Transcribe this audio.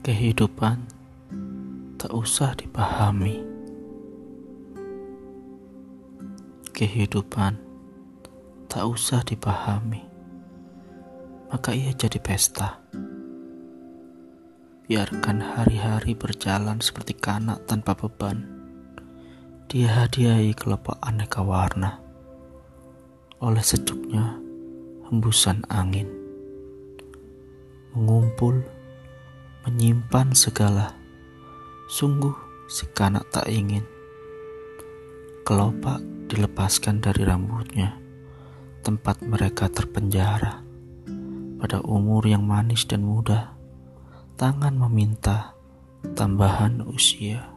Kehidupan tak usah dipahami. Kehidupan tak usah dipahami. Maka ia jadi pesta. Biarkan hari-hari berjalan seperti kanak tanpa beban. Dia hadiahi kelopak aneka warna oleh sejuknya hembusan angin. Mengumpul, menyimpan segala. Sungguh si kanak tak ingin kelopak dilepaskan dari rambutnya, tempat mereka terpenjara. Pada umur yang manis dan muda, tangan meminta tambahan usia.